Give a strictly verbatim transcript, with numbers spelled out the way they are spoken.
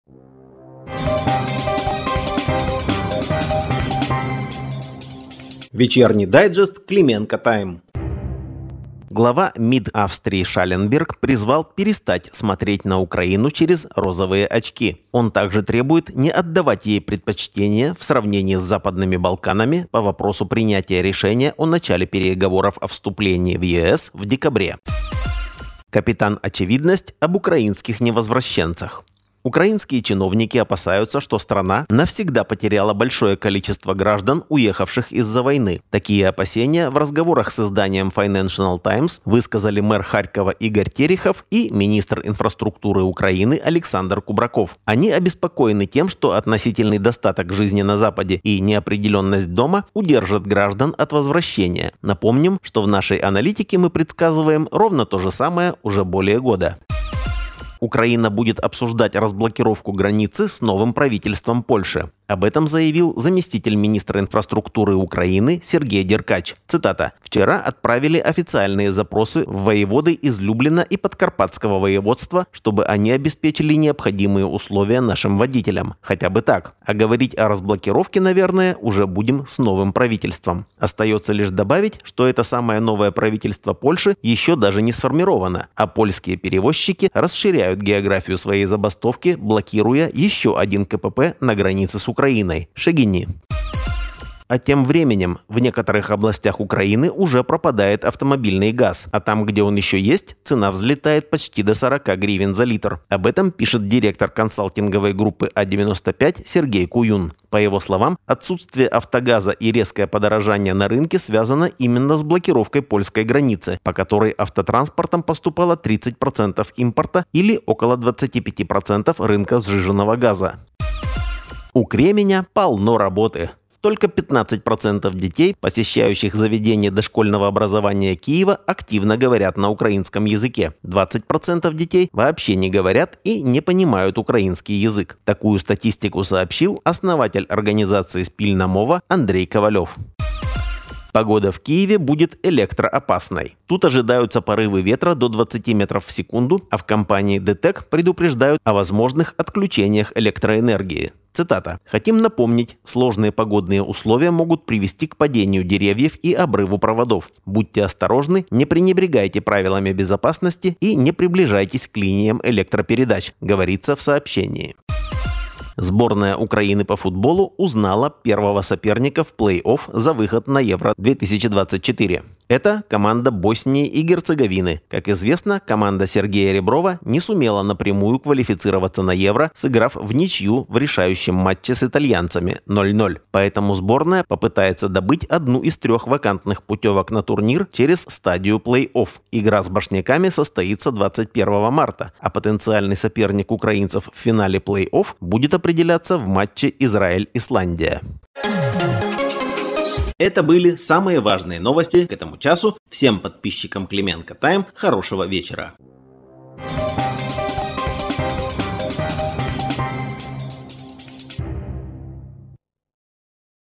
Вечерний дайджест Клименко Тайм. Глава МИД Австрии Шалленберг призвал перестать смотреть на Украину через розовые очки. Он также требует не отдавать ей предпочтение в сравнении с Западными Балканами по вопросу принятия решения о начале переговоров о вступлении в ЕС в декабре. Капитан Очевидность об украинских невозвращенцах. Украинские чиновники опасаются, что страна навсегда потеряла большое количество граждан, уехавших из-за войны. Такие опасения в разговорах с изданием Financial Times высказали мэр Харькова Игорь Терехов и министр инфраструктуры Украины Александр Кубраков. Они обеспокоены тем, что относительный достаток жизни на Западе и неопределенность дома удержат граждан от возвращения. Напомним, что в нашей аналитике мы предсказываем ровно то же самое уже более года. Украина будет обсуждать разблокировку границы с новым правительством Польши. Об этом заявил заместитель министра инфраструктуры Украины Сергей Деркач. Цитата. «Вчера отправили официальные запросы в воеводы из Люблина и Подкарпатского воеводства, чтобы они обеспечили необходимые условия нашим водителям. Хотя бы так. А говорить о разблокировке, наверное, уже будем с новым правительством. Остается лишь добавить, что это самое новое правительство Польши еще даже не сформировано, а польские перевозчики расширяют географию своей забастовки, блокируя еще один КПП на границе с Украиной. Украиной. Шагини. А тем временем в некоторых областях Украины уже пропадает автомобильный газ, а там, где он еще есть, цена взлетает почти до сорока гривен за литр. Об этом пишет директор консалтинговой группы А девяносто пять Сергей Куюн. По его словам, отсутствие автогаза и резкое подорожание на рынке связано именно с блокировкой польской границы, по которой автотранспортом поступало тридцать процентов импорта или около двадцать пять процентов рынка сжиженного газа. У Кременя полно работы. Только пятнадцать процентов детей, посещающих заведения дошкольного образования Киева, активно говорят на украинском языке. двадцать процентов детей вообще не говорят и не понимают украинский язык. Такую статистику сообщил основатель организации «Спільна мова» Андрей Ковалев. Погода в Киеве будет электроопасной. Тут ожидаются порывы ветра до двадцати метров в секунду, а в компании ДТЭК предупреждают о возможных отключениях электроэнергии. Цитата. «Хотим напомнить, сложные погодные условия могут привести к падению деревьев и обрыву проводов. Будьте осторожны, не пренебрегайте правилами безопасности и не приближайтесь к линиям электропередач», говорится в сообщении. Сборная Украины по футболу узнала первого соперника в плей-офф за выход на Евро две тысячи двадцать четыре. Это команда Боснии и Герцеговины. Как известно, команда Сергея Реброва не сумела напрямую квалифицироваться на Евро, сыграв в ничью в решающем матче с итальянцами ноль ноль. Поэтому сборная попытается добыть одну из трех вакантных путевок на турнир через стадию плей-офф. Игра с башняками состоится двадцать первого марта, а потенциальный соперник украинцев в финале плей-офф будет определяться в матче Израиль-Исландия. Это были самые важные новости к этому часу. Всем подписчикам Клименко Тайм хорошего вечера.